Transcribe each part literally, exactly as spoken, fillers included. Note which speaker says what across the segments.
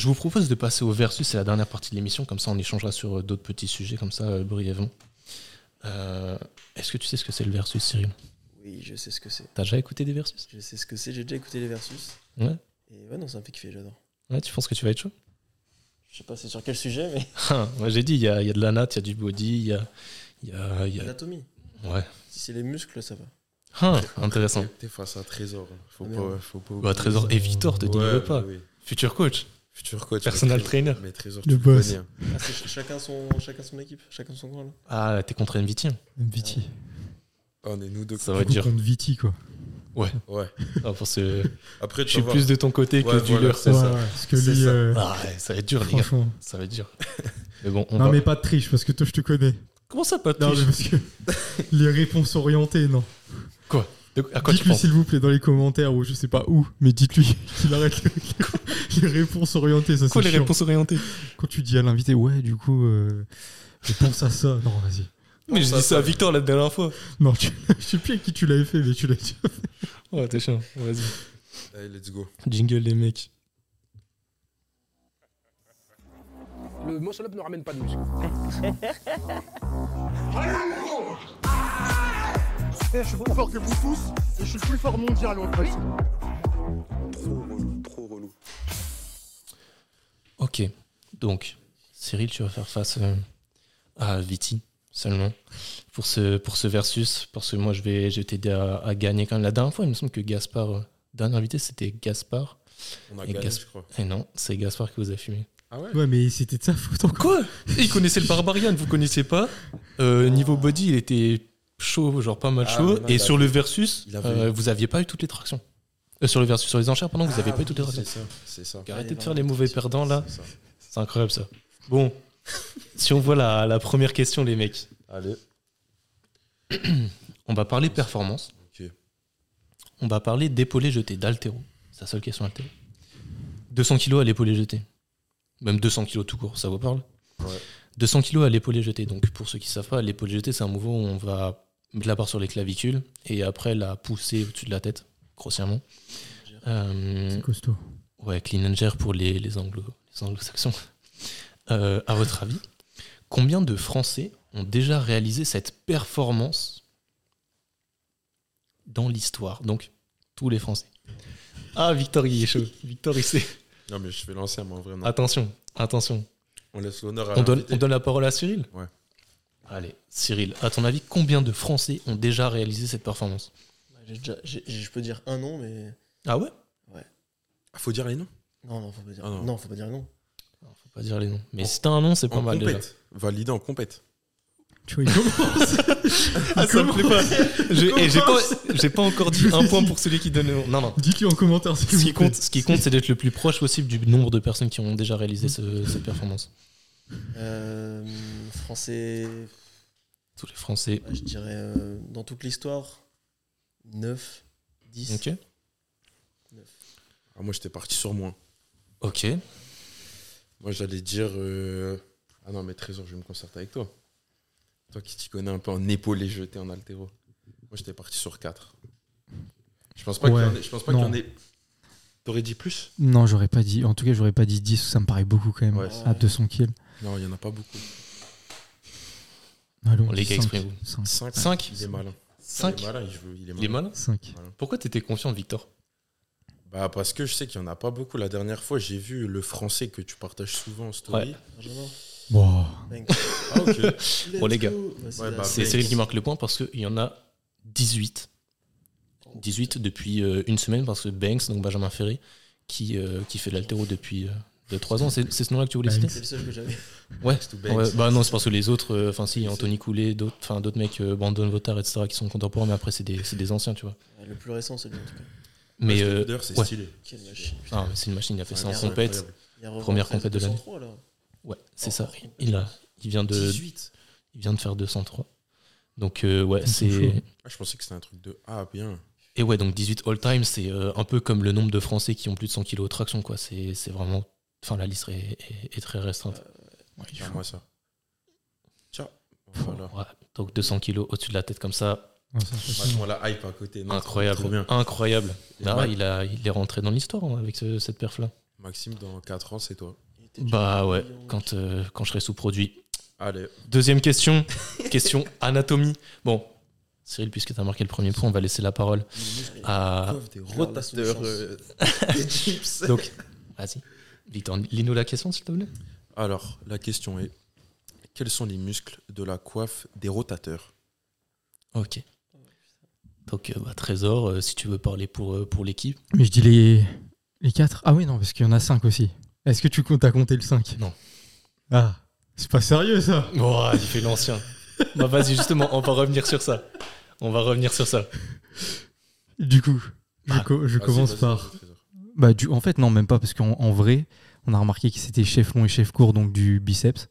Speaker 1: je vous propose de passer au versus, c'est la dernière partie de l'émission, comme ça on échangera sur euh, d'autres petits sujets, comme ça, euh, brièvement. Euh, est-ce que tu sais ce que c'est le versus, Cyril ?
Speaker 2: Oui, je sais ce que c'est.
Speaker 1: T'as déjà écouté des versus ?
Speaker 2: Je sais ce que c'est, j'ai déjà écouté les versus.
Speaker 1: Ouais.
Speaker 2: Et ouais, non, ça me fait kiffer, j'adore.
Speaker 1: Ouais, tu penses que tu vas être chaud ?
Speaker 2: Je sais pas c'est sur quel sujet, mais.
Speaker 1: Ah, moi j'ai dit, il y a, y a de la natte, il y a du body, il y a... Y a, y a...
Speaker 2: Anatomie.
Speaker 1: Ouais.
Speaker 2: Si c'est les muscles, ça va.
Speaker 1: Ah, intéressant.
Speaker 3: T'es face à un Trésor. Faut
Speaker 2: Ah,
Speaker 3: pas, faut pas
Speaker 1: Bah, Trésor et Victor, te dis
Speaker 3: ouais,
Speaker 1: pas.
Speaker 3: oui, oui.
Speaker 1: Futur coach.
Speaker 3: Futur coach.
Speaker 1: Personal
Speaker 3: mais
Speaker 1: trainer.
Speaker 3: Mais Trésor,
Speaker 4: Le
Speaker 3: tu
Speaker 4: boss.
Speaker 3: connais, hein.
Speaker 2: Ah, c'est ch- chacun, son, chacun son équipe, chacun son coin, là.
Speaker 1: Ah, t'es contre M V T.
Speaker 4: M V T.
Speaker 3: Ah, on est nous deux.
Speaker 1: Ça va être
Speaker 4: Du coup,
Speaker 1: dur.
Speaker 4: contre Viti, quoi.
Speaker 3: Ouais.
Speaker 1: Ah, pour ce...
Speaker 3: Après,
Speaker 1: Je
Speaker 3: tu
Speaker 1: suis
Speaker 3: vas voir.
Speaker 1: plus de ton côté que
Speaker 3: Ouais,
Speaker 1: du
Speaker 3: voilà,
Speaker 1: leur.
Speaker 3: c'est
Speaker 4: Ouais,
Speaker 3: ça.
Speaker 4: ouais, parce que
Speaker 3: C'est
Speaker 4: lui,
Speaker 3: ça.
Speaker 4: euh,
Speaker 1: Ah, ouais, ça va être dur, les gars.
Speaker 4: franchement.
Speaker 1: Ça va être dur. Mais bon, on
Speaker 4: Non,
Speaker 1: va...
Speaker 4: mais pas de triche, parce que toi, je te connais.
Speaker 1: Comment ça, pas de
Speaker 4: Non,
Speaker 1: triche
Speaker 4: mais parce que les réponses orientées, non.
Speaker 1: Quoi De- À quoi tu
Speaker 4: Dites-lui,
Speaker 1: penses
Speaker 4: s'il vous plaît, dans les commentaires, ou je sais pas où, mais dites-lui qu'il arrête les, les réponses orientées. Ça,
Speaker 1: Quoi,
Speaker 4: c'est
Speaker 1: les
Speaker 4: chiant.
Speaker 1: réponses orientées?
Speaker 4: Quand tu dis à l'invité, ouais, du coup, euh, je pense à ça. Non, vas-y.
Speaker 1: Mais j'ai
Speaker 3: ça,
Speaker 1: dit ça
Speaker 3: ça-
Speaker 1: à Victor la dernière fois.
Speaker 4: Non, tu... je sais plus à qui tu l'avais fait, mais tu l'as dit.
Speaker 1: Ouais, t'es chiant. Vas-y.
Speaker 3: Allez, let's go.
Speaker 1: Jingle, les mecs.
Speaker 5: Le muscle-up ne ramène pas de muscle.
Speaker 6: Eh, je suis plus fort que vous tous et je suis le plus fort mondial en plus.
Speaker 3: Trop relou, trop relou.
Speaker 1: Ok. Donc, Cyril, tu vas faire face euh, à Viti seulement pour ce, pour ce versus. Parce que moi, je vais, je vais t'aider à, à gagner quand même. La dernière fois, il me semble que Gaspard, euh, dernier invité, c'était Gaspard.
Speaker 3: On a
Speaker 1: Et
Speaker 3: gagné,
Speaker 1: Gas-
Speaker 3: je crois.
Speaker 1: Et non, c'est Gaspard qui vous a fumé.
Speaker 3: Ah ouais?
Speaker 4: Ouais, mais c'était de sa faute encore.
Speaker 1: Quoi? Il connaissait le Barbarian, vous connaissiez pas? euh, Niveau body, il était chaud, genre pas mal
Speaker 3: Ah,
Speaker 1: chaud.
Speaker 3: mais non,
Speaker 1: Et
Speaker 3: il
Speaker 1: sur
Speaker 3: avait-
Speaker 1: le versus,
Speaker 3: il avait-
Speaker 1: euh, vous aviez pas eu toutes les tractions. Euh, sur le versus, sur les enchères, pardon, vous avez
Speaker 3: Ah
Speaker 1: pas eu toutes les
Speaker 3: oui,
Speaker 1: tractions.
Speaker 3: C'est ça, c'est ça.
Speaker 1: Arrêtez de
Speaker 2: Ouais,
Speaker 1: faire les mauvais perdants là.
Speaker 3: C'est ça.
Speaker 1: C'est incroyable ça. Bon, si on voit la, la première question, les mecs,
Speaker 3: Allez.
Speaker 1: on va parler performance.
Speaker 3: Ok.
Speaker 1: On va parler d'épaulé jeté, d'haltéro. C'est la seule question haltéro. deux cents kilos à l'épaulé jeté. Même deux cents kilos tout court, ça vous parle?
Speaker 3: Ouais.
Speaker 1: deux cents kilos à l'épaulé jeté. Donc pour ceux qui ne savent pas, l'épaulé jeté, c'est un mouvement où on va mettre la barre sur les clavicules et après la pousser au-dessus de la tête, grossièrement. Euh,
Speaker 4: C'est costaud.
Speaker 1: ouais, clean and jerk pour les, les, anglo, les anglo-saxons. Euh, à votre avis, combien de Français ont déjà réalisé cette performance dans l'histoire? Donc, tous les Français. Ah, Victor, il est chaud. Victor, il sait.
Speaker 3: Non, mais je vais lancer, moi, en vrai, non.
Speaker 1: Attention, attention.
Speaker 3: On laisse l'honneur à
Speaker 1: On donne,
Speaker 3: l'invité.
Speaker 1: on donne la parole à Cyril?
Speaker 3: Ouais.
Speaker 1: Allez, Cyril, à ton avis, combien de Français ont déjà réalisé cette performance?
Speaker 2: J'ai déjà, j'ai- je peux dire un nom, mais.
Speaker 1: Ah ouais?
Speaker 3: Ah, faut dire les noms.
Speaker 2: Non, non, faut pas dire.
Speaker 3: Ah, non.
Speaker 2: non. faut pas dire non.
Speaker 1: Non, faut pas dire les noms. Mais si t'as un nom, c'est pas
Speaker 3: En
Speaker 1: mal déjà.
Speaker 3: compète. Validé en compète.
Speaker 4: Tu vois, il commence.
Speaker 1: Ah, ça me plaît pas. Je- eh, J'ai pas, j'ai pas encore dit un point pour celui qui donne le nom. Non, non.
Speaker 4: Dites-lui en commentaire s'il
Speaker 1: Ce
Speaker 4: vous
Speaker 1: qui
Speaker 4: plaît.
Speaker 1: compte, ce qui compte, c'est d'être le plus proche possible du nombre de personnes qui ont déjà réalisé ce- cette performance.
Speaker 2: Euh, français,
Speaker 1: Tous les Français.
Speaker 2: ouais, je dirais euh, dans toute l'histoire, neuf, dix.
Speaker 1: Ok.
Speaker 3: Ah, moi, j'étais parti sur moins.
Speaker 1: Ok.
Speaker 3: Moi, j'allais dire. euh, Ah non, mais Trésor, je vais me concerter avec toi. Toi qui t'y connais un peu en épaulé jeté en altéro. Moi, j'étais parti sur quatre. Je pense pas
Speaker 4: Ouais.
Speaker 3: qu'il y en ait. Je pense pas qu'il y
Speaker 4: Non.
Speaker 3: en ait. T'aurais dit plus?
Speaker 4: Non, j'aurais pas dit. En tout cas, j'aurais pas dit dix, ça me paraît beaucoup quand même.
Speaker 3: Ouais,
Speaker 4: À deux cents kills.
Speaker 3: Non, il y en a pas beaucoup.
Speaker 4: Allons,
Speaker 1: Bon, les gars,
Speaker 4: cinq.
Speaker 1: exprimez-vous.
Speaker 4: cinq.
Speaker 3: cinq.
Speaker 1: Cinq.
Speaker 3: Il est malin.
Speaker 1: cinq.
Speaker 3: Il est malin, il, joue- il est malin.
Speaker 1: Il est malin.
Speaker 4: cinq.
Speaker 1: Pourquoi t'étais confiant, Victor?
Speaker 3: Bah, parce que je sais qu'il y en a pas beaucoup. La dernière fois, j'ai vu le français que tu partages souvent en story.
Speaker 1: Ouais.
Speaker 2: Benjamin.
Speaker 4: Wow.
Speaker 2: Bang.
Speaker 3: Ah, ok.
Speaker 1: Bon, les gars.
Speaker 2: go. Ouais, c'est
Speaker 3: Ouais,
Speaker 2: la-
Speaker 3: bah,
Speaker 1: C'est
Speaker 3: Banks.
Speaker 1: Cyril qui marque le point parce qu'il y en a dix-huit. dix-huit depuis euh, une semaine parce que Banks, donc Benjamin Ferré, qui, euh, qui fait de l'altéro depuis deux trois ans. C'est c'est ce nom-là que tu voulais
Speaker 4: Banks.
Speaker 1: citer?
Speaker 2: C'est le seul que j'avais.
Speaker 1: Ouais.
Speaker 3: C'est tout Banks.
Speaker 1: Ouais, bah non, c'est parce que les autres, euh, enfin si, Anthony Coulet, d'autres, enfin d'autres mecs, euh, Brandon Votard, et cetera, qui sont contemporains, mais après c'est des, c'est des anciens, tu vois.
Speaker 2: Ouais, le plus récent, c'est lui en tout cas.
Speaker 1: Mais
Speaker 3: Parce que
Speaker 1: euh,
Speaker 3: D'ailleurs, c'est
Speaker 1: ouais.
Speaker 3: stylé.
Speaker 2: Quelle machine.
Speaker 1: Ah, mais c'est une machine, il a fait ça en
Speaker 2: Ouais, c'est
Speaker 1: compète.
Speaker 3: incroyable.
Speaker 2: Il y a revanche,
Speaker 1: Première
Speaker 2: c'est
Speaker 1: compète de l'année.
Speaker 2: deux cent trois, là.
Speaker 1: Ouais, c'est
Speaker 2: Oh,
Speaker 1: ça.
Speaker 2: oh,
Speaker 1: Il a, il vient de,
Speaker 3: dix-huit.
Speaker 1: il vient de faire deux cent trois. Donc euh, ouais,
Speaker 4: C'est
Speaker 1: c'est
Speaker 4: chaud.
Speaker 3: Ah, je pensais que c'était un truc de. Ah, bien.
Speaker 1: et ouais, donc dix-huit all time, c'est euh, un peu comme le nombre de Français qui ont plus de cent kilos de traction, quoi. C'est c'est vraiment, enfin la liste est, est- est très restreinte.
Speaker 3: Tiens, moi ça. Tiens. Voilà.
Speaker 1: Ouais, donc deux cents kilos au-dessus de la tête comme ça,
Speaker 4: Ouais, ça, c'est ça.
Speaker 3: Vachement la hype à côté. Non,
Speaker 1: incroyable,
Speaker 3: Trop bien.
Speaker 1: incroyable.
Speaker 3: Et
Speaker 1: Là,
Speaker 3: Mike-
Speaker 1: il a, il est rentré dans l'histoire hein, avec ce- cette perf là.
Speaker 3: Maxime, dans quatre ans, c'est toi.
Speaker 2: Il était
Speaker 1: Bah
Speaker 2: déjà
Speaker 1: ouais,
Speaker 2: brillant,
Speaker 1: quand, euh, quand je serai sous-produit.
Speaker 3: Allez.
Speaker 1: Deuxième question, question anatomie. Bon, Cyril, puisque tu as marqué le premier point, on va laisser la parole
Speaker 2: les muscles.
Speaker 1: à...
Speaker 3: Coiffe des
Speaker 2: Je leur laisse une
Speaker 3: rotateurs,
Speaker 2: chance.
Speaker 3: euh, des chips.
Speaker 1: Donc, vas-y, Victor, lis-nous la question, s'il te plaît.
Speaker 3: Alors, la question est quels sont les muscles de la coiffe des rotateurs?
Speaker 1: Ok. Donc, euh, bah, Trésor, euh, si tu veux parler pour, euh, pour l'équipe.
Speaker 4: Mais je dis les, les quatre. Ah oui, non, parce qu'il y en a cinq aussi. Est-ce que tu comptes à compter le cinq?
Speaker 1: Non.
Speaker 4: Ah, c'est pas sérieux ça.
Speaker 1: Oh, il fait l'ancien. Bah vas-y, justement, on va revenir sur ça. On va revenir sur ça.
Speaker 4: Du coup, je,
Speaker 1: Ah,
Speaker 4: co- je
Speaker 3: Vas-y,
Speaker 4: commence
Speaker 3: vas-y,
Speaker 4: par.
Speaker 3: vas-y, Trésor.
Speaker 4: Bah, du... En fait, non, même pas, parce qu'en en vrai, on a remarqué que c'était chef long et chef court, donc du biceps.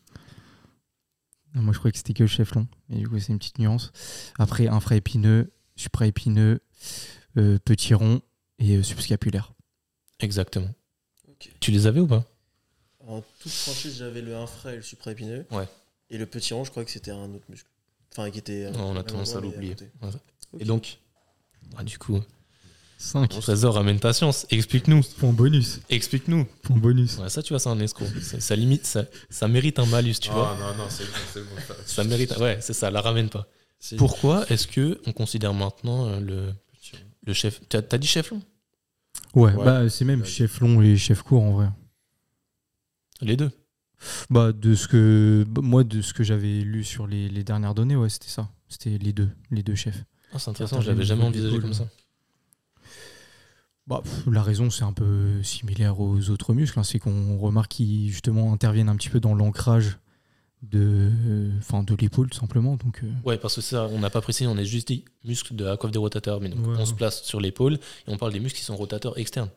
Speaker 4: Moi, je croyais que c'était que le chef long, mais du coup, c'est une petite nuance. Après, infra-épineux, supra-épineux, euh, petit rond et euh, subscapulaire.
Speaker 1: Exactement.
Speaker 2: Ok.
Speaker 1: Tu les avais ou pas?
Speaker 2: En toute franchise, j'avais le infra et le supraépineux.
Speaker 1: Ouais.
Speaker 2: Et le petit rond, je crois que c'était un autre muscle. Enfin, qui était. euh,
Speaker 1: Non, on a
Speaker 2: au même
Speaker 1: tendance à
Speaker 2: endroit, mais
Speaker 1: l'oublier.
Speaker 2: côté.
Speaker 1: Ouais.
Speaker 2: Ok.
Speaker 1: Et donc, ah, du coup,
Speaker 4: cinq.
Speaker 1: Trésor, ramène ta science. Explique-nous.
Speaker 4: Point bonus.
Speaker 1: Explique-nous.
Speaker 4: Point bonus.
Speaker 1: Ouais, ça, tu vois, c'est un escroc. Ça, ça limite, ça, ça mérite un malus, tu
Speaker 3: Ah,
Speaker 1: vois.
Speaker 3: non, non, c'est bon, c'est bon. ça-
Speaker 1: Ça mérite. Ouais, c'est ça, la ramène pas.
Speaker 3: Si.
Speaker 1: Pourquoi est-ce que on considère maintenant euh, le, le chef. T'as t'as dit chef long?
Speaker 4: Ouais,
Speaker 3: Ouais.
Speaker 4: bah, c'est même
Speaker 3: Ouais.
Speaker 4: chef long et chef court en vrai.
Speaker 1: Les deux.
Speaker 4: Bah, de ce que. bah, moi, de ce que j'avais lu sur les, les dernières données, ouais, c'était ça. C'était les deux, les deux chefs.
Speaker 1: Ah, c'est intéressant,
Speaker 4: Attends,
Speaker 1: je l'avais
Speaker 4: j'ai
Speaker 1: jamais
Speaker 4: le
Speaker 1: envisagé
Speaker 4: niveau
Speaker 1: comme
Speaker 4: de-
Speaker 1: ça.
Speaker 4: Bah, pff, la raison, c'est un peu similaire aux autres muscles. Hein. C'est qu'on remarque qu'ils justement interviennent un petit peu dans l'ancrage de, enfin, de l'épaule, tout simplement. Donc, euh,
Speaker 1: Ouais, parce que ça, on n'a pas précisé, on a juste dit muscles de la coiffe des rotateurs. Mais donc,
Speaker 4: Ouais,
Speaker 1: on
Speaker 4: ouais.
Speaker 1: se place sur l'épaule et on parle des muscles qui sont rotateurs externes.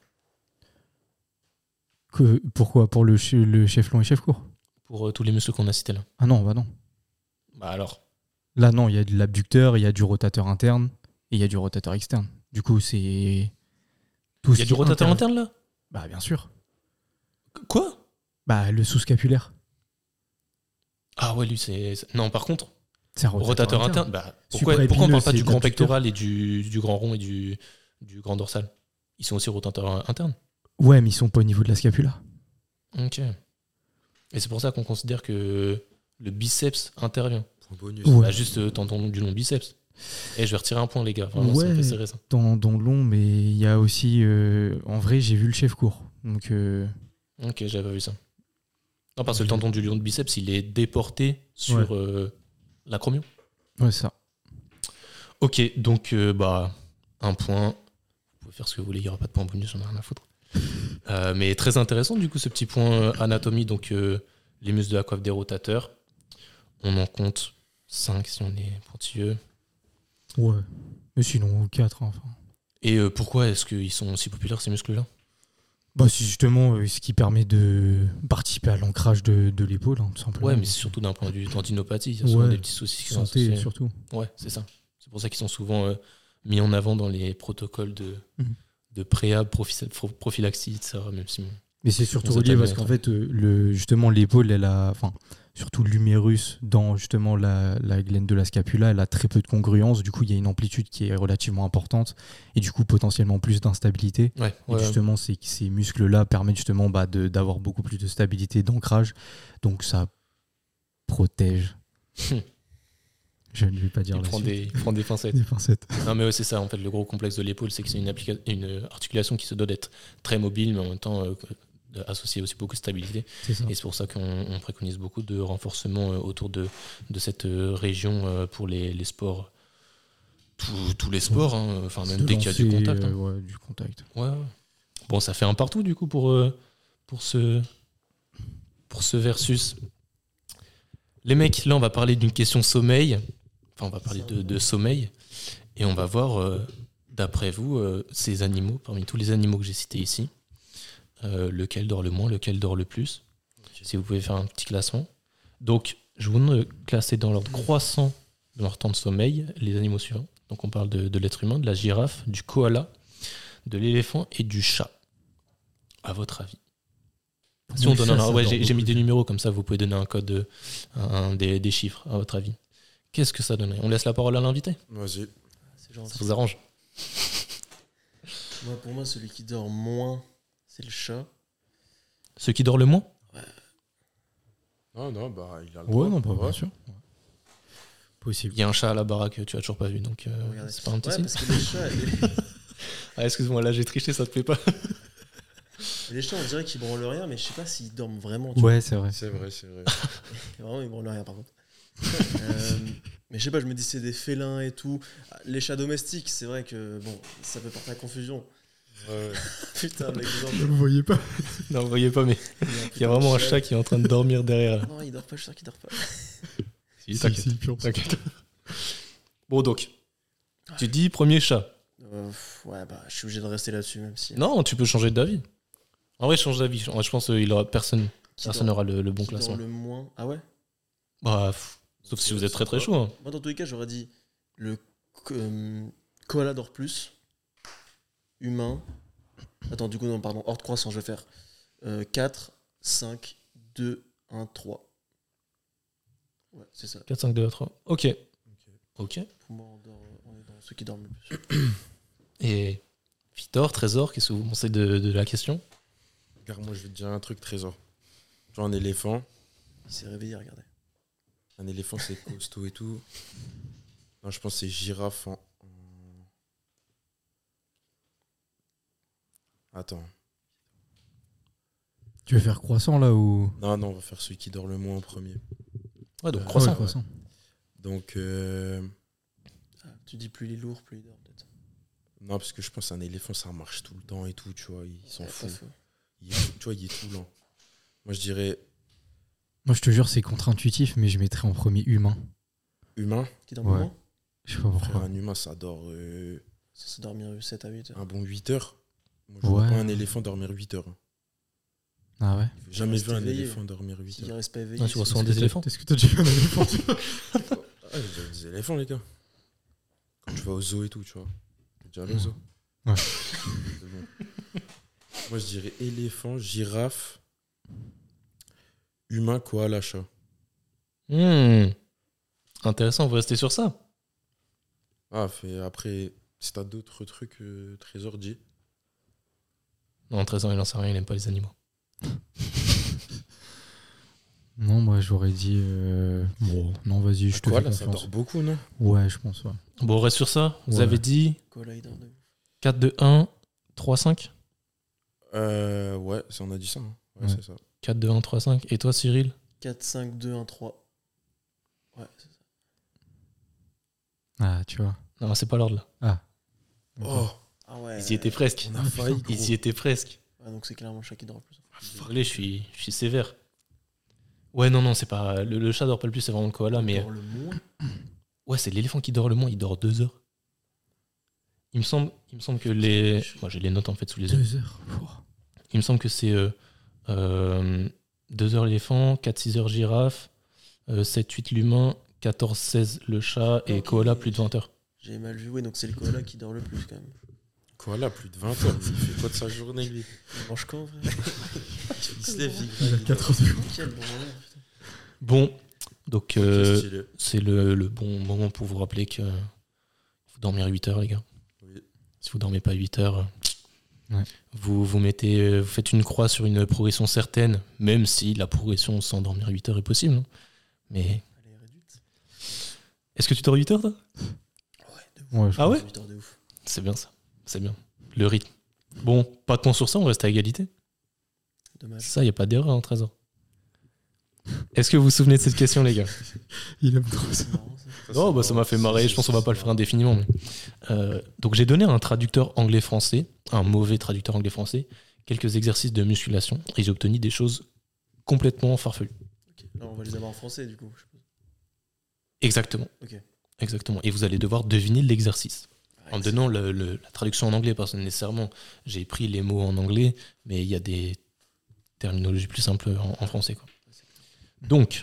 Speaker 4: que, pourquoi? Pour le, che- le chef long et chef court?
Speaker 1: Pour euh, tous les muscles qu'on a cités là.
Speaker 4: Ah non, bah non.
Speaker 1: Bah alors.
Speaker 4: Là, non, il y a de l'abducteur, il y a du rotateur interne et il y a du rotateur externe. Du coup, c'est. Tout
Speaker 1: Il
Speaker 4: ce
Speaker 1: y a
Speaker 4: qui
Speaker 1: du rotateur
Speaker 4: inter-
Speaker 1: interne là?
Speaker 4: Bah, bien sûr.
Speaker 1: Quoi?
Speaker 4: Bah, le sous-scapulaire.
Speaker 1: Ah ouais, lui, c'est. c'est- Non, par contre,
Speaker 4: C'est un
Speaker 1: rotateur, interne. Bah, pourquoi,
Speaker 4: Supraépineux,
Speaker 1: pourquoi on parle pas
Speaker 4: c'est
Speaker 1: du grand
Speaker 4: l'abducteur.
Speaker 1: pectoral et du, du grand rond et du, du grand dorsal? Ils sont aussi rotateurs internes.
Speaker 4: Ouais, mais ils sont pas au niveau de la scapula.
Speaker 1: Ok. Et c'est pour ça qu'on considère que le biceps intervient.
Speaker 3: Point bonus.
Speaker 4: Ouais.
Speaker 1: Bah, juste euh, tendon du long biceps. Et je vais retirer un point, les gars. Vraiment, ça me
Speaker 4: Ouais.
Speaker 1: fait serrer ça.
Speaker 4: Dans, dans le long, mais il y a aussi. euh, en vrai, j'ai vu le chef court. Donc, euh,
Speaker 1: Ok, j'avais pas vu ça. Non, parce que le tendon du lion de biceps, il est déporté sur
Speaker 4: Ouais.
Speaker 1: euh, l'acromion.
Speaker 4: ouais, ça.
Speaker 1: Ok, donc, euh, bah, un point. Vous pouvez faire ce que vous voulez, il n'y aura pas de point bonus, on a rien à foutre. Euh, mais très intéressant, du coup, ce petit point euh, anatomie. Donc, euh, les muscles de la coiffe des rotateurs. On en compte cinq si on est pointilleux.
Speaker 4: Ouais. Mais sinon, quatre. Enfin.
Speaker 1: Et euh, pourquoi est-ce qu'ils sont aussi populaires, ces muscles-là?
Speaker 4: Bah, c'est justement euh, ce qui permet de participer à l'ancrage de, de l'épaule, hein, tout simplement.
Speaker 1: Ouais, mais c'est surtout d'un point de vue tendinopathie. Il y a souvent
Speaker 4: Ouais.
Speaker 1: des petits soucis qui sont
Speaker 4: santé,
Speaker 1: associés.
Speaker 4: surtout.
Speaker 1: Ouais, c'est ça. C'est pour ça qu'ils sont souvent euh, mis en avant dans les protocoles de,
Speaker 4: Mhm.
Speaker 1: de préhab, prophy- pro- prophylaxie, et cetera. Même si,
Speaker 4: Mais c'est surtout
Speaker 1: On sait
Speaker 4: relié
Speaker 1: pas
Speaker 4: parce
Speaker 1: bien
Speaker 4: qu'en
Speaker 1: être.
Speaker 4: fait, euh, le, justement, l'épaule, elle a, enfin, surtout l'humérus dans justement la, la glène de la scapula, elle a très peu de congruence. Du coup, il y a une amplitude qui est relativement importante et du coup, potentiellement plus d'instabilité.
Speaker 1: ouais,
Speaker 4: Et
Speaker 1: ouais,
Speaker 4: justement, ces, ces muscles-là permettent justement bah, de- d'avoir beaucoup plus de stabilité, d'ancrage. Donc, ça protège. Je ne vais pas dire
Speaker 1: il
Speaker 4: la
Speaker 1: prend
Speaker 4: suite.
Speaker 1: des, il prend des pincettes.
Speaker 4: Des pincettes.
Speaker 1: Non, mais ouais, c'est ça. En fait, le gros complexe de l'épaule, c'est que c'est une, applica- une articulation qui se doit d'être très mobile, mais en même temps euh, associée aussi beaucoup de stabilité.
Speaker 4: C'est ça.
Speaker 1: Et c'est pour ça qu'on on préconise beaucoup de renforcement euh, autour de, de cette euh, région euh, pour les, les sports. Tous- tous les sports, hein. Enfin, même
Speaker 4: De
Speaker 1: dès qu'il y a du
Speaker 4: lancer,
Speaker 1: contact. hein.
Speaker 4: euh, ouais, du contact.
Speaker 1: Ouais, ouais. Bon, ça fait un partout du coup pour, euh, pour, ce, pour ce versus. Les mecs, là, on va parler d'une question sommeil. Enfin, on va parler de, de sommeil. Et on va voir, euh, d'après vous, euh, ces animaux, parmi tous les animaux que j'ai cités ici, euh, lequel dort le moins, lequel dort le plus. Si vous pouvez faire un petit classement. Donc, je vous demande de classer dans l'ordre croissant de leur temps de sommeil les animaux suivants. Donc, on parle de, de l'être humain, de la girafe, du koala, de l'éléphant et du chat. À votre avis? Si on
Speaker 4: Le
Speaker 1: donne
Speaker 4: chat,
Speaker 1: un,
Speaker 4: ça
Speaker 1: ouais,
Speaker 4: dort
Speaker 1: j'ai, j'ai mis
Speaker 4: beaucoup.
Speaker 1: des numéros comme ça, vous pouvez donner un code, euh, un, des, des chiffres, à votre avis. Qu'est-ce que ça donnerait? On laisse la parole à l'invité?
Speaker 3: Vas-y.
Speaker 2: C'est gentil.
Speaker 1: Ça vous arrange?
Speaker 2: Moi, pour moi, celui qui dort moins, c'est le chat.
Speaker 1: Ceux qui dorment le moins?
Speaker 3: Non, non, bah, il a le
Speaker 4: Ouais,
Speaker 3: droit.
Speaker 4: non, pas
Speaker 3: Ouais.
Speaker 4: bien sûr. Ouais. Possible.
Speaker 1: Il y a un chat à la baraque que tu as toujours pas vu, donc euh,
Speaker 2: Regardez.
Speaker 1: c'est pas un petit
Speaker 2: Ouais,
Speaker 1: signe.
Speaker 2: parce que les chats, les,
Speaker 1: Ah, excuse-moi, là j'ai triché, ça te plaît pas?
Speaker 2: les chats, on dirait qu'ils branlent rien, mais je sais pas s'ils dorment vraiment. Tu
Speaker 4: Ouais, c'est vrai.
Speaker 3: C'est vrai, c'est vrai.
Speaker 2: vois. Vraiment, ils branlent rien, par contre. Euh, mais je sais pas, je me dis c'est des félins et tout. Les chats domestiques, c'est vrai que bon, ça peut porter à confusion.
Speaker 3: Ouais.
Speaker 2: Putain, l'exemple.
Speaker 4: Vous voyez pas.
Speaker 1: Non, vous voyez pas, mais il y a vraiment un chat qui est en train de dormir derrière. Là.
Speaker 2: Non, il dort pas, je suis sûr qu'il dort pas.
Speaker 1: Si, t'inquiète,
Speaker 4: Si, si, pure.
Speaker 1: t'inquiète. Bon, donc, tu dis premier chat.
Speaker 2: Euh, pff, ouais, bah, je suis obligé de rester là-dessus, même si.
Speaker 1: Non, tu peux changer d'avis. En vrai, change d'avis. En vrai, je pense qu'il aura personne.
Speaker 2: Qui
Speaker 1: Personne
Speaker 2: dort-
Speaker 1: n'aura le, le bon
Speaker 2: qui dort
Speaker 1: classement.
Speaker 2: le moins. Ah ouais.
Speaker 1: Bah, pff, sauf si vous êtes très très chaud. Hein.
Speaker 2: Moi, dans tous les cas, j'aurais dit le ko- euh, koala dort plus. Humain. Attends, du coup, non, pardon, hors de croissance, je vais faire euh, quatre, cinq, deux, un, trois. Ouais, c'est ça.
Speaker 1: quatre, cinq, deux, trois. Ok. Ok.
Speaker 2: Pour moi, on, dort, on est dans ceux qui dorment le plus.
Speaker 1: Et Victor, Trésor, qu'est-ce que vous pensez de, de la question?
Speaker 3: Regarde, moi, je vais te dire un truc, Trésor. Tu vois, un éléphant.
Speaker 2: Il s'est réveillé, regardez.
Speaker 3: Un éléphant, c'est costaud et tout. Non, je pense que c'est girafe en. en- Attends.
Speaker 4: Tu veux faire croissant là ou.
Speaker 3: Non, non, on va faire celui qui dort le moins en premier.
Speaker 1: Ouais, donc
Speaker 3: Euh,
Speaker 1: croissant.
Speaker 4: Ouais, croissant.
Speaker 3: Donc, euh,
Speaker 2: Ah, tu dis plus il est lourd, plus il dort, peut-être.
Speaker 3: non, parce que je pense qu'un éléphant, ça marche tout le temps et tout, tu vois. Il s'en
Speaker 2: Ouais, pas
Speaker 3: fout.
Speaker 2: faux.
Speaker 3: Il est, tu vois, il est tout lent. Moi, je dirais
Speaker 4: Moi, je te jure, c'est contre-intuitif, mais je mettrais en premier humain.
Speaker 3: humain.
Speaker 2: Qui dort
Speaker 4: Ouais.
Speaker 2: moins
Speaker 4: Je sais pas
Speaker 3: Frère,
Speaker 4: pourquoi.
Speaker 3: un humain, ça dort euh,
Speaker 2: Ça, c'est dormir sept à huit heures.
Speaker 3: un bon huit heures. Moi, je vois
Speaker 4: Ouais.
Speaker 3: pas un éléphant dormir huit heures.
Speaker 4: Ah ouais.
Speaker 3: J'ai jamais
Speaker 2: reste
Speaker 3: vu un
Speaker 2: éveillé.
Speaker 3: éléphant dormir huit
Speaker 2: S'il
Speaker 3: heures.
Speaker 2: reste pas éveillé.
Speaker 1: Ouais, tu vois
Speaker 2: c'est-
Speaker 1: souvent des éléphants.
Speaker 4: Est-ce que t'as déjà vu un éléphant?
Speaker 3: Ah, j'ai déjà vu des éléphants, les gars. Quand tu vas au zoo et tout, tu vois. T'es déjà allé au zoo?
Speaker 4: Ouais.
Speaker 3: C'est bon. Moi, je dirais éléphant, girafe, humain, koala, chat.
Speaker 1: Hmm. Intéressant, vous restez sur ça.
Speaker 3: Ah, fait, après, si t'as d'autres trucs, euh, Trésor, dis.
Speaker 1: Non, Trésor, il en sait rien, il aime pas les animaux.
Speaker 4: Non, moi, j'aurais dit. euh, Bon, non, vas-y, je te fais
Speaker 3: Koala, ça
Speaker 4: confiance.
Speaker 3: dort beaucoup, non?
Speaker 4: Ouais, je pense, ouais.
Speaker 1: Bon, on reste sur ça. Vous
Speaker 4: Ouais.
Speaker 1: avez dit
Speaker 2: Koala, il dort de ouf.
Speaker 1: quatre, deux, un, trois, cinq.
Speaker 3: Euh, ouais, ça, on a dit ça. hein. Ouais,
Speaker 4: Ouais.
Speaker 3: c'est ça.
Speaker 1: quatre, deux, un, trois, cinq. Et toi, Cyril?
Speaker 2: quatre, cinq, deux, un, trois. Ouais, c'est ça.
Speaker 4: Ah, tu vois.
Speaker 1: Non, c'est pas l'ordre là.
Speaker 4: Ah.
Speaker 3: Oh,
Speaker 2: Ah ouais.
Speaker 1: Ils y étaient presque.
Speaker 3: on a failli, gros.
Speaker 1: Ils y étaient presque.
Speaker 2: Ouais, donc c'est clairement le chat qui dort le plus.
Speaker 1: Désolé, je suis, je suis sévère. Ouais, non, non, c'est pas. Le, le chat dort pas le plus, c'est vraiment le koala,
Speaker 2: Il
Speaker 1: mais.
Speaker 2: dort le moins.
Speaker 1: Ouais, c'est l'éléphant qui dort le moins, il dort deux heures. Il me semble, il me semble que les. Moi, j'ai les notes en fait sous les yeux.
Speaker 4: Deux heures. Pouah.
Speaker 1: Il me semble que c'est euh, euh, deux heures l'éléphant, quatre, six heures girafe, euh, sept, huit l'humain, quatorze, seize le chat et
Speaker 2: Ok.
Speaker 1: koala plus de vingt heures.
Speaker 2: J'ai mal vu, ouais, donc c'est le koala qui dort le plus quand même.
Speaker 3: Koala, plus de vingt heures. Il fait quoi de sa journée, lui?
Speaker 2: Il mange quand, frère?
Speaker 3: Il se lève, il
Speaker 4: Il a quatre heures de jour.
Speaker 2: Quel bon moment, putain.
Speaker 1: Bon, donc euh,
Speaker 3: C'est stylé.
Speaker 1: c'est le, le bon moment pour vous rappeler que faut dormir huit heures, les gars.
Speaker 3: Oui.
Speaker 1: Si vous dormez pas huit heures,
Speaker 4: Ouais.
Speaker 1: vous, vous, mettez, vous faites une croix sur une progression certaine, même si la progression sans dormir huit heures est possible. hein. Mais
Speaker 2: Elle est réduite.
Speaker 1: est-ce que tu dors huit heures, toi?
Speaker 2: Ouais, de ouf.
Speaker 4: Ouais, je
Speaker 1: Ah ouais?
Speaker 2: huit heures de ouf.
Speaker 1: C'est bien ça, c'est bien. Le rythme. Bon, pas de point sur ça, on reste à égalité.
Speaker 2: Dommage.
Speaker 1: Ça, il n'y a pas d'erreur en Trésor. Est-ce que vous vous souvenez de cette question, les gars?
Speaker 4: Il aime trop ça.
Speaker 2: C'est marrant, ça.
Speaker 1: Oh, bah ça m'a fait marrer, je pense qu'on va pas le faire indéfiniment. Mais... Euh, donc j'ai donné à un traducteur anglais-français, un mauvais traducteur anglais-français, quelques exercices de musculation et j'ai obtenu des choses complètement farfelues.
Speaker 2: Ok. Alors, on va les avoir en français, du coup. je suppose.
Speaker 1: Exactement.
Speaker 2: Ok.
Speaker 1: Exactement. Et vous allez devoir deviner l'exercice.
Speaker 2: Ah,
Speaker 1: En me donnant le- le- la traduction en anglais, parce que nécessairement, j'ai pris les mots en anglais, mais il y a des terminologies plus simples en, en français. Quoi. Donc,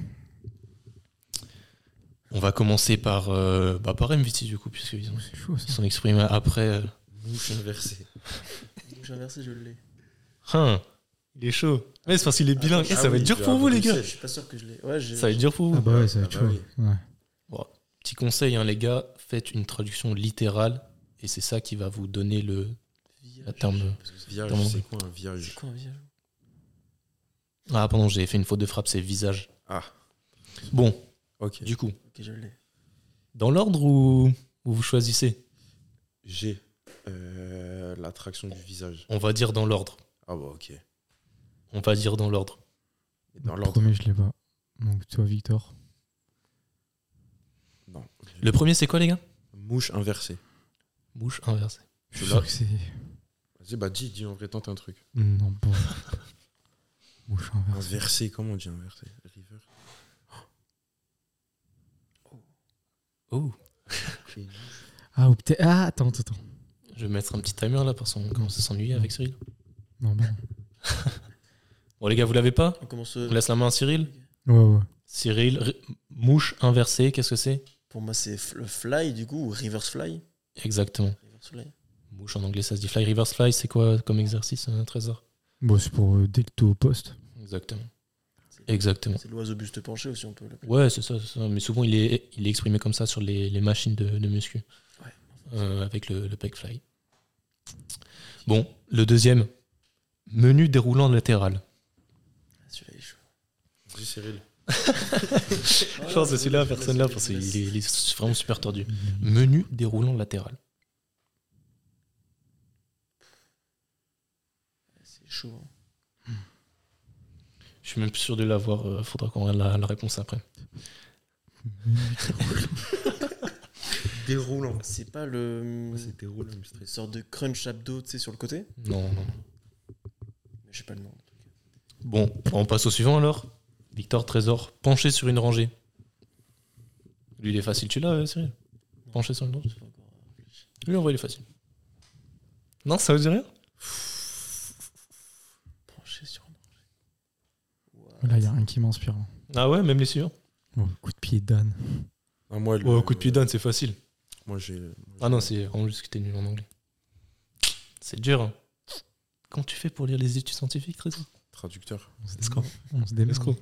Speaker 1: on va commencer par, euh, bah, par M V T du coup, puisqu'ils ont-
Speaker 4: C'est chaud,
Speaker 1: ils
Speaker 4: ça.
Speaker 1: sont exprimés après. euh,
Speaker 3: Mouche inversée.
Speaker 2: Donc, j'ai inversé, je l'ai.
Speaker 1: Hein, il est chaud. Ouais, c'est parce qu'il est bilingue. Eh,
Speaker 3: Ah
Speaker 1: ça va
Speaker 3: oui,
Speaker 1: être dur
Speaker 3: je
Speaker 1: pour
Speaker 3: vais
Speaker 1: vous, les
Speaker 3: avoir
Speaker 1: gars.
Speaker 2: Je suis pas sûr que je l'ai. Ouais, j'ai.
Speaker 1: Ça va être dur pour vous.
Speaker 4: Ah bah ouais, ça va être
Speaker 3: Ah bah
Speaker 4: chaud. Ouais.
Speaker 1: Bon, petit conseil, hein, les gars, faites une traduction littérale et c'est ça qui va vous donner le
Speaker 2: Vierge.
Speaker 1: la terme.
Speaker 2: Parce que c'est
Speaker 3: Vierge,
Speaker 1: Dans mon-
Speaker 3: c'est quoi un
Speaker 2: c'est
Speaker 3: vierge?
Speaker 2: quoi un vierge?
Speaker 1: Ah, pardon, j'ai fait une faute de frappe, c'est visage.
Speaker 3: Ah,
Speaker 1: Bon,
Speaker 3: ok.
Speaker 1: du coup,
Speaker 2: Ok, je l'ai.
Speaker 1: dans l'ordre ou, ou vous choisissez?
Speaker 3: J'ai euh, l'attraction du visage.
Speaker 1: On va dire dans l'ordre.
Speaker 3: Ah bah ok.
Speaker 1: On va dire dans l'ordre.
Speaker 3: Et dans
Speaker 4: Le
Speaker 3: l'ordre.
Speaker 4: premier, je l'ai pas. Donc, toi, Victor.
Speaker 3: Non.
Speaker 1: Le premier, c'est quoi, les gars?
Speaker 3: Mouche inversée.
Speaker 1: Bouche inversée.
Speaker 4: Je
Speaker 3: suis
Speaker 4: suis
Speaker 3: là.
Speaker 4: sûr que c'est.
Speaker 3: Vas-y, bah dis, dis en vrai, tente un truc.
Speaker 4: Non, pas. Bouche inversée.
Speaker 3: Inversé, comment on dit inversé? River.
Speaker 1: Oh,
Speaker 4: Ah, ou peut-être. Ah, attends, attends, attends.
Speaker 1: je vais mettre un petit timer là parce qu'on commence à s'ennuyer avec Cyril.
Speaker 4: Non, bah
Speaker 1: Bon, les gars, vous l'avez pas?
Speaker 2: On commence.
Speaker 1: On laisse la main à Cyril.
Speaker 4: non. Ouais, ouais.
Speaker 1: Cyril, ri- mouche inversée, qu'est-ce que c'est?
Speaker 2: Pour moi, c'est f- le fly, du coup, ou reverse fly.
Speaker 1: Exactement.
Speaker 2: Reverse fly.
Speaker 1: Mouche en anglais, ça se dit fly. Reverse fly, c'est quoi comme exercice, un trésor?
Speaker 4: Bon, c'est pour euh, dès que t'es au poste.
Speaker 1: Exactement.
Speaker 2: C'est-
Speaker 1: Exactement.
Speaker 2: C'est l'oiseau buste penché aussi, on peut l'appeler.
Speaker 1: Ouais, c'est ça, c'est ça. Mais souvent, il est, il est exprimé comme ça sur les, les machines de, de muscu.
Speaker 2: Ouais.
Speaker 1: Euh, avec le, le pec fly. Bon, le deuxième. Menu déroulant latéral.
Speaker 2: Ah, celui-là, il est chaud.
Speaker 3: Dis Cyril.
Speaker 1: Je pense que c'est celui-là, personne là, parce qu'il est, il est vraiment super tordu. Menu déroulant latéral.
Speaker 2: C'est chaud. hein.
Speaker 1: Je suis même plus sûr de l'avoir. euh, faudra qu'on regarde la, la réponse après.
Speaker 3: Déroulant.
Speaker 2: C'est pas le.
Speaker 3: C'est déroulant, mais c'est
Speaker 2: Une
Speaker 3: très-
Speaker 2: sorte de crunch abdo, tu sais, sur le côté.
Speaker 1: Non, non.
Speaker 2: Mais je sais pas le nom.
Speaker 1: Bon, on passe au suivant alors. Victor Trésor, penché sur une rangée. Lui, il est facile. Tu l'as, euh, Cyril? Penché sur une rangée.
Speaker 2: J'ai pas encore réfléchi.
Speaker 1: Lui, en vrai, il est facile. Non, ça vous dit rien?
Speaker 2: Penché sur un orge.
Speaker 4: Là, il y a rien qui m'inspire. hein.
Speaker 1: Ah ouais, même les suivants.
Speaker 4: Oh, coup de pied d'âne.
Speaker 3: Ah, moi, le-
Speaker 1: Oh, coup de pied d'âne, c'est facile.
Speaker 3: Moi, j'ai. moi,
Speaker 1: Ah non, c'est vraiment juste que t'es nul en anglais. C'est dur, hein. Comment tu fais pour lire les études scientifiques, Trésor?
Speaker 3: Traducteur.
Speaker 1: Escroc.
Speaker 4: On se démerde.
Speaker 1: Escroc.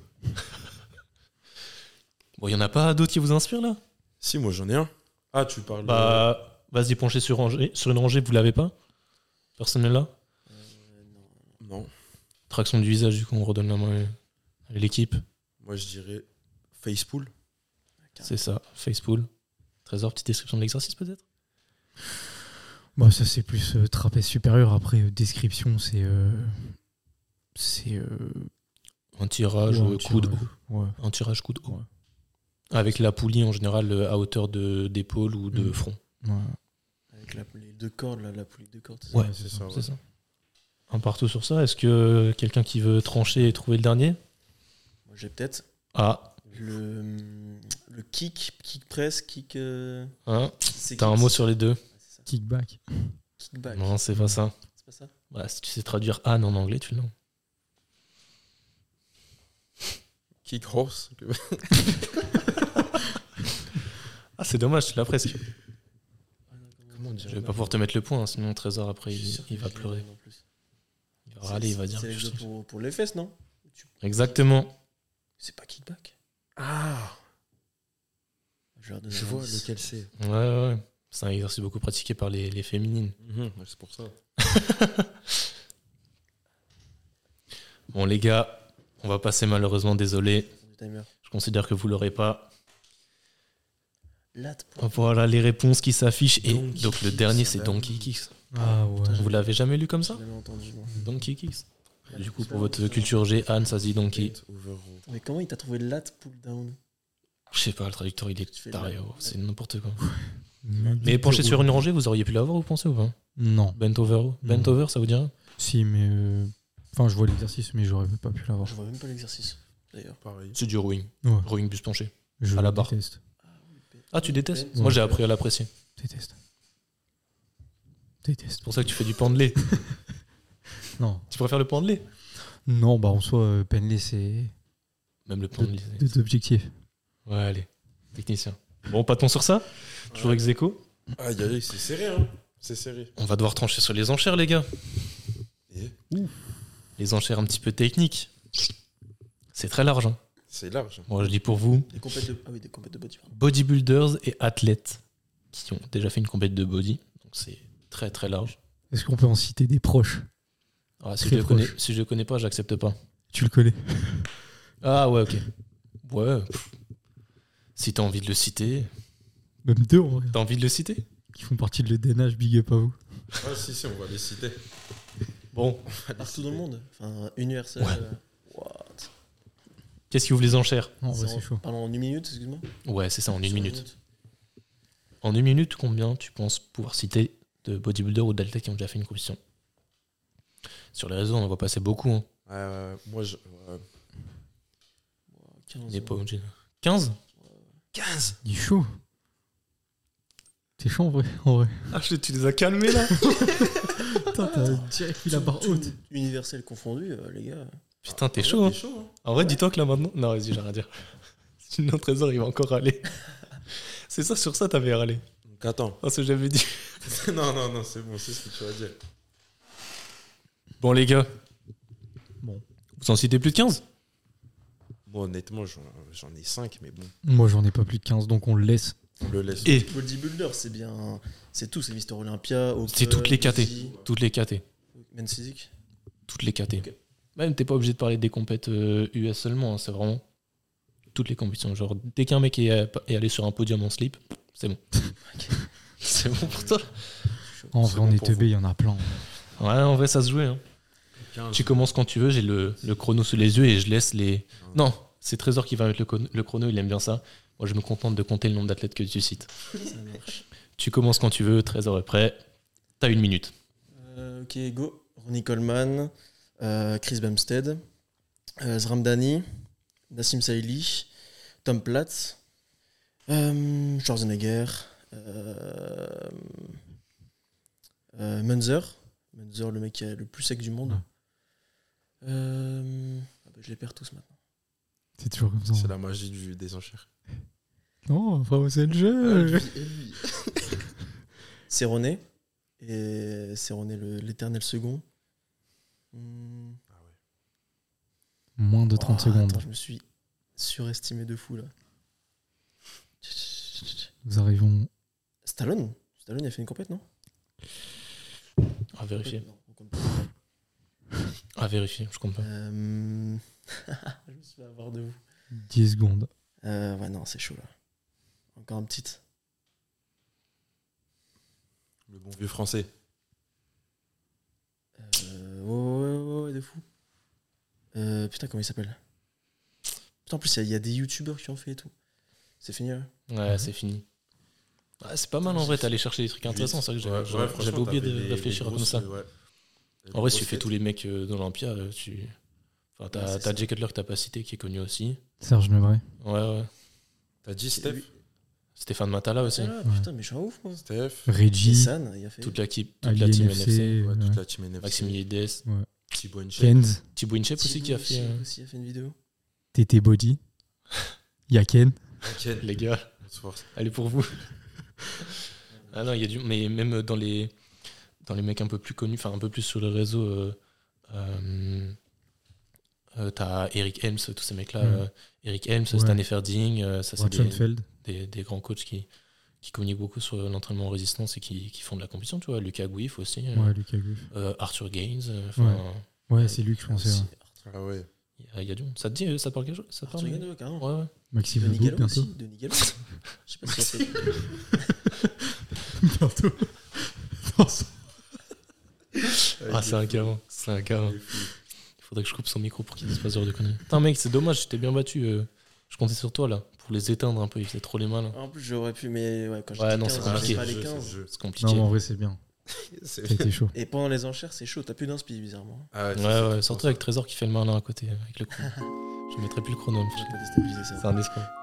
Speaker 1: Bon, y en a pas d'autres qui vous inspirent là?
Speaker 3: Si, moi, j'en ai un. Ah, tu parles.
Speaker 1: Bah, vas-y, penchez sur, rangée, sur une rangée, vous l'avez pas? Personne n'est là?
Speaker 2: Euh, non.
Speaker 3: euh, Non.
Speaker 1: Traction du visage, du coup, on redonne la main à l'équipe.
Speaker 3: Moi, je dirais Facepool.
Speaker 1: C'est ça, Facepool. Trésor, petite description de l'exercice peut-être?
Speaker 4: Bah, ça, c'est plus euh, trapèze supérieur. Après, euh, description, c'est. euh, C'est. euh,
Speaker 1: Un tirage,
Speaker 4: ouais, un
Speaker 1: euh, coude
Speaker 4: tirage.
Speaker 1: haut.
Speaker 4: Ouais.
Speaker 1: Un tirage coude haut.
Speaker 4: Ouais.
Speaker 1: Avec la poulie en général euh, à hauteur de, d'épaule ou de
Speaker 4: Mm.
Speaker 1: front.
Speaker 4: Ouais.
Speaker 2: Avec la, les deux cordes, là, la poulie de deux cordes. c'est
Speaker 1: Ouais,
Speaker 2: ça
Speaker 3: c'est ça.
Speaker 1: C'est
Speaker 3: ouais.
Speaker 1: ça. Un partout sur ça. Est-ce que quelqu'un qui veut trancher et trouver le dernier?
Speaker 2: Moi, j'ai peut-être
Speaker 1: Ah,
Speaker 2: le, le kick, kick press, kick. euh,
Speaker 1: hein,
Speaker 2: c'est
Speaker 1: t'as un
Speaker 2: kick-
Speaker 1: mot sur les deux?
Speaker 2: Ouais, c'est ça.
Speaker 4: Kickback.
Speaker 2: Kickback.
Speaker 1: Non, c'est pas ça.
Speaker 2: C'est pas ça.
Speaker 1: Voilà, si tu sais traduire Anne en anglais, tu l'as.
Speaker 3: Kick horse.
Speaker 1: Ah, c'est dommage, tu l'as presque.
Speaker 3: Comment on dit
Speaker 1: Je vais pas pouvoir te mettre le point, hein, sinon Trésor après
Speaker 2: Je suis
Speaker 1: il,
Speaker 2: sûr
Speaker 1: il
Speaker 2: que
Speaker 1: va
Speaker 2: je l'ai
Speaker 1: pleurer.
Speaker 2: en plus.
Speaker 1: Il va râler, il va dire.
Speaker 2: C'est
Speaker 1: que
Speaker 2: l'exo
Speaker 1: je-
Speaker 2: pour, pour les fesses, non?
Speaker 1: Exactement.
Speaker 2: C'est pas kickback.
Speaker 3: Ah,
Speaker 2: Je, vais redonner
Speaker 3: je
Speaker 2: un
Speaker 3: vois
Speaker 2: indice.
Speaker 3: lequel c'est.
Speaker 1: Ouais, ouais, ouais. C'est un exercice beaucoup pratiqué par les, les féminines.
Speaker 3: Mhm, ouais, c'est pour ça.
Speaker 1: Bon, les gars, on va passer malheureusement, désolé.
Speaker 2: Du timer.
Speaker 1: Je considère que vous l'aurez pas.
Speaker 2: Latte pour-
Speaker 1: Voilà les réponses qui s'affichent. Et
Speaker 3: Donkey
Speaker 1: donc le
Speaker 3: Kicks,
Speaker 1: dernier,
Speaker 3: ah
Speaker 1: c'est
Speaker 3: bah
Speaker 1: Donkey
Speaker 3: oui.
Speaker 1: Kicks.
Speaker 4: Ah ouais.
Speaker 1: Vous l'avez jamais lu comme
Speaker 2: J'ai
Speaker 1: ça?
Speaker 2: jamais entendu, moi.
Speaker 1: Donkey Kicks. Du coup, pour votre culture G, Anne, ça se dit Donkey.
Speaker 3: Eight over row.
Speaker 2: Mais comment il t'a trouvé latte pull down?
Speaker 1: Je sais pas, le traducteur, il
Speaker 2: Tu
Speaker 1: est
Speaker 2: fais
Speaker 1: taré.
Speaker 2: de la-
Speaker 1: oh, C'est n'importe quoi.
Speaker 4: Mais
Speaker 1: Mais penché sur une rangée, vous auriez pu l'avoir, vous pensez ou pas?
Speaker 4: Non.
Speaker 1: Bent over. Bent
Speaker 4: Non.
Speaker 1: over, ça vous dirait?
Speaker 4: Si, mais. euh, Enfin, je vois l'exercice, mais j'aurais pas pu l'avoir.
Speaker 2: Je vois même pas l'exercice, d'ailleurs.
Speaker 3: Pareil.
Speaker 1: C'est du rowing.
Speaker 4: Ouais.
Speaker 1: Rowing bus penché.
Speaker 4: Je
Speaker 1: à la barre.
Speaker 4: déteste.
Speaker 1: Ah, tu détestes?
Speaker 2: Ouais.
Speaker 1: Moi, j'ai appris à l'apprécier.
Speaker 4: Déteste. Déteste.
Speaker 1: C'est pour ça que tu fais du pendelé.
Speaker 4: Non.
Speaker 1: Tu préfères le pendelé?
Speaker 4: Non, bah en soi, euh, Penley, c'est
Speaker 1: Même le pendelé.
Speaker 4: deux deux objectifs.
Speaker 1: Ouais, allez. Technicien. Bon, pas de ton sur ça? Toujours ex aequo.
Speaker 3: Aïe, aïe, c'est serré, hein. C'est serré.
Speaker 1: On va devoir trancher sur les enchères, les gars.
Speaker 3: Et
Speaker 1: Les enchères un petit peu techniques. C'est très large. Hein.
Speaker 3: c'est large.
Speaker 1: Moi, je dis pour vous,
Speaker 2: Des compètes de... Ah oui, des compètes de body, pardon.
Speaker 1: bodybuilders et athlètes qui ont déjà fait une compète de body. Donc, c'est très, très large.
Speaker 4: Est-ce qu'on peut en citer des proches?
Speaker 1: Ah, si,
Speaker 4: Très
Speaker 1: je le connais,
Speaker 4: proche.
Speaker 1: si je le connais pas, j'accepte pas.
Speaker 4: Tu le connais.
Speaker 1: Ah ouais, ok. Ouais. pff. Si t'as envie de le citer,
Speaker 4: Même deux, en vrai,
Speaker 1: t'as envie de le citer?
Speaker 4: qui font partie de l'E D N H, big up à vous.
Speaker 3: Ah, si, si, on va les citer.
Speaker 1: Bon,
Speaker 2: Partout dans le monde. Enfin, Universal.
Speaker 1: Ouais.
Speaker 2: euh, What
Speaker 1: qu'est-ce qui ouvre les enchères?
Speaker 4: En vrai,
Speaker 2: C'est en-
Speaker 4: c'est chaud.
Speaker 2: Pardon, en une minute, excuse-moi.
Speaker 1: Ouais, c'est ça, en une
Speaker 2: Sur
Speaker 1: minute. En une minute, combien tu penses pouvoir citer de bodybuilders ou d'athlètes qui ont déjà fait une compétition? Sur les réseaux, on en voit passer beaucoup. Hein.
Speaker 3: Ouais, ouais, moi, je. ouais.
Speaker 2: quinze
Speaker 1: On n'est pas
Speaker 2: ans.
Speaker 1: obligé. quinze?
Speaker 3: quinze.
Speaker 4: Il est chaud. T'es chaud en vrai, en vrai.
Speaker 1: Ah, tu les as calmés là.
Speaker 4: Putain, t'as direct mis la barre
Speaker 2: Tout
Speaker 4: haute.
Speaker 2: Universel confondu, euh, les gars.
Speaker 1: Putain, t'es
Speaker 3: Ah,
Speaker 1: chaud.
Speaker 3: ouais,
Speaker 1: Hein.
Speaker 3: t'es chaud, hein.
Speaker 1: En vrai, dis-toi que là maintenant. Non, vas-y, j'ai rien à dire. Sinon, Trésor, il va encore râler. C'est ça, sur ça, t'avais râlé.
Speaker 3: Donc, attends.
Speaker 1: Ah, ce que j'avais dit.
Speaker 3: non, non, non, c'est bon, c'est ce que tu vas dire.
Speaker 1: Bon, les gars.
Speaker 4: Bon.
Speaker 1: Vous en citez plus de quinze?
Speaker 3: Moi, honnêtement, j'en j'en ai cinq, mais bon,
Speaker 4: Moi, j'en ai pas plus de quinze, donc on le laisse.
Speaker 3: on le laisse.
Speaker 1: Et
Speaker 2: Bodybuilder, c'est bien. C'est tout, c'est Mister Olympia.
Speaker 1: c'est toutes les catés. Toutes les catés.
Speaker 2: Men's Physique.
Speaker 1: Toutes les catés.
Speaker 2: Ok.
Speaker 1: Même, t'es pas obligé de parler des compètes euh, U S seulement. Hein, c'est vraiment toutes les compétitions. Genre, dès qu'un mec est, est allé sur un podium en slip, c'est bon. C'est bon pour toi?
Speaker 4: En
Speaker 3: C'est
Speaker 4: vrai, en
Speaker 3: bon pour
Speaker 4: E T B, il y en a plein.
Speaker 1: Ouais, en vrai, ça se jouait. Hein.
Speaker 3: quinze.
Speaker 1: Tu commences quand tu veux, j'ai le, le chrono sous les yeux et je laisse les. Non, c'est Trésor qui va mettre le, con- le chrono, il aime bien ça. Moi, je me contente de compter le nombre d'athlètes que tu cites.
Speaker 2: Ça marche.
Speaker 1: Tu commences quand tu veux, Trésor est prêt. T'as une minute.
Speaker 2: Euh, ok, go. Ronnie Coleman, euh, Chris Bumstead, euh, Zramdani, Nassim Saïli, Tom Platz, euh, Schwarzenegger, euh, euh, Munzer. Munzer, le mec qui est le plus sec du monde.
Speaker 4: Ouais.
Speaker 2: Euh, ah bah, je les perds tous maintenant.
Speaker 4: C'est toujours comme ça.
Speaker 3: C'est la magie du, des enchères.
Speaker 4: Non, frérot, c'est le
Speaker 3: Ah,
Speaker 4: jeu.
Speaker 3: lui et lui.
Speaker 2: Cerrone. Et Cerrone, le- l'éternel second. Hmm.
Speaker 4: Moins de trente
Speaker 2: Oh,
Speaker 4: secondes.
Speaker 2: Attends, je me suis surestimé de fou là.
Speaker 4: Nous arrivons.
Speaker 2: Stallone Stallone, il a fait une compète, non?
Speaker 1: À vérifier.
Speaker 2: Non, on compte pas.
Speaker 1: À vérifier, je compte pas.
Speaker 2: Euh, je me suis fait avoir de vous.
Speaker 4: dix secondes.
Speaker 2: Euh, ouais, non, c'est chaud là. Encore un petit.
Speaker 3: Le bon vieux français.
Speaker 2: Euh, ouais, ouais, ouais, ouais, de fou. Euh, putain, comment il s'appelle? Putain, en plus, il y a- il y, a des youtubeurs qui ont fait et tout. C'est fini là?
Speaker 1: Ouais, c'est fini. Ouais, c'est pas mal en vrai, t'es allé chercher des trucs intéressants, c'est vrai que j'avais,
Speaker 3: Ouais, ouais,
Speaker 1: j'avais-
Speaker 3: franchement,
Speaker 1: j'avais oublié
Speaker 3: t'avais
Speaker 1: de
Speaker 3: les-
Speaker 1: réfléchir
Speaker 3: les
Speaker 1: comme
Speaker 3: grosses,
Speaker 1: ça.
Speaker 3: ouais. Les
Speaker 1: En vrai, si tu
Speaker 3: grosses
Speaker 1: fais tous
Speaker 3: têtes.
Speaker 1: les mecs euh, d'Olympia, euh, tu. Enfin, t'as,
Speaker 2: Ouais, c'est
Speaker 1: t'as
Speaker 2: ça.
Speaker 1: Jay Cutler que t'as pas cité qui est connu aussi.
Speaker 4: Serge Lebray.
Speaker 1: Ouais, ouais.
Speaker 3: T'as dit
Speaker 2: C'est
Speaker 3: Steph
Speaker 2: lui.
Speaker 1: Stéphane Matala aussi.
Speaker 2: Ah, putain, mais je suis un ouf moi.
Speaker 3: Steph,
Speaker 4: Reggie.
Speaker 2: Nissan, il a fait.
Speaker 1: Toute la, toute
Speaker 4: Ali
Speaker 1: la team
Speaker 4: N F C.
Speaker 1: N F C.
Speaker 3: ouais, toute
Speaker 4: ouais.
Speaker 3: la team N F C.
Speaker 1: Maximilides.
Speaker 3: Thibaut Inchep.
Speaker 4: Kenz.
Speaker 1: Thibaut Inchep aussi qui a fait. euh,
Speaker 2: aussi a fait une vidéo.
Speaker 4: T T Body. Yaken.
Speaker 3: Ken.
Speaker 1: Les gars,
Speaker 3: Bonsoir.
Speaker 1: allez pour vous. Ah non, il y a du. Mais même dans les, dans les mecs un peu plus connus, enfin un peu plus sur le réseau, euh, euh, euh, t'as Eric Helms, tous ces mecs-là.
Speaker 4: Mm.
Speaker 1: euh, Eric Helms,
Speaker 4: Ouais.
Speaker 1: Stan Efferding, euh, ça c'est
Speaker 4: Brad
Speaker 1: des,
Speaker 4: Schoenfeld.
Speaker 1: des, des grands coachs qui, qui communiquent beaucoup sur l'entraînement en résistance et qui, qui font de la compétition, tu vois. Lucas Gouif aussi, euh,
Speaker 4: Ouais, Lucas Guff.
Speaker 1: euh, Arthur Gaines, euh, enfin,
Speaker 4: Ouais, c'est lui que je pensais.
Speaker 2: Aussi.
Speaker 4: ouais.
Speaker 3: Ah ouais.
Speaker 1: il y, a- il y a du monde. Ça te dit, euh, ça te parle quelque chose ça te
Speaker 2: Arthur
Speaker 1: parle
Speaker 2: Gaines, ouais, carrément.
Speaker 1: Ouais, ouais.
Speaker 4: Maxime
Speaker 2: Denis
Speaker 4: Legault,
Speaker 2: Gallo
Speaker 4: bientôt.
Speaker 2: aussi. Denis Gallo. Je sais pas si c'est.
Speaker 4: Bientôt.
Speaker 1: Ah, c'est un gamin, c'est un gamin. Il faudrait que je coupe son micro pour qu'il dise pas ce genre de conneries. Putain, mec, c'est dommage, je t'ai bien battu. euh, Je comptais sur toi là, pour les éteindre un peu, il faisait trop les malins.
Speaker 2: En plus, j'aurais pu, mais ouais, quand
Speaker 1: Ouais,
Speaker 2: j'étais
Speaker 1: non,
Speaker 2: quinze,
Speaker 1: c'est
Speaker 2: j'avais
Speaker 1: compliqué.
Speaker 2: pas les
Speaker 3: C'est
Speaker 2: quinze.
Speaker 3: le jeu.
Speaker 1: C'est compliqué.
Speaker 4: Non, mais en vrai, c'est bien.
Speaker 3: C'est-
Speaker 4: Ça a été chaud.
Speaker 2: Et pendant les enchères, c'est chaud. T'as plus d'inspi, bizarrement.
Speaker 3: Ah ouais,
Speaker 1: Ouais,
Speaker 3: ça,
Speaker 1: ouais,
Speaker 3: c'est
Speaker 1: surtout
Speaker 3: trop
Speaker 1: avec Trésor qui fait le malin à côté, avec le chrono. Je mettrai plus le chrono.
Speaker 2: J'ai pas déstabilisé ça.
Speaker 1: C'est un escroc.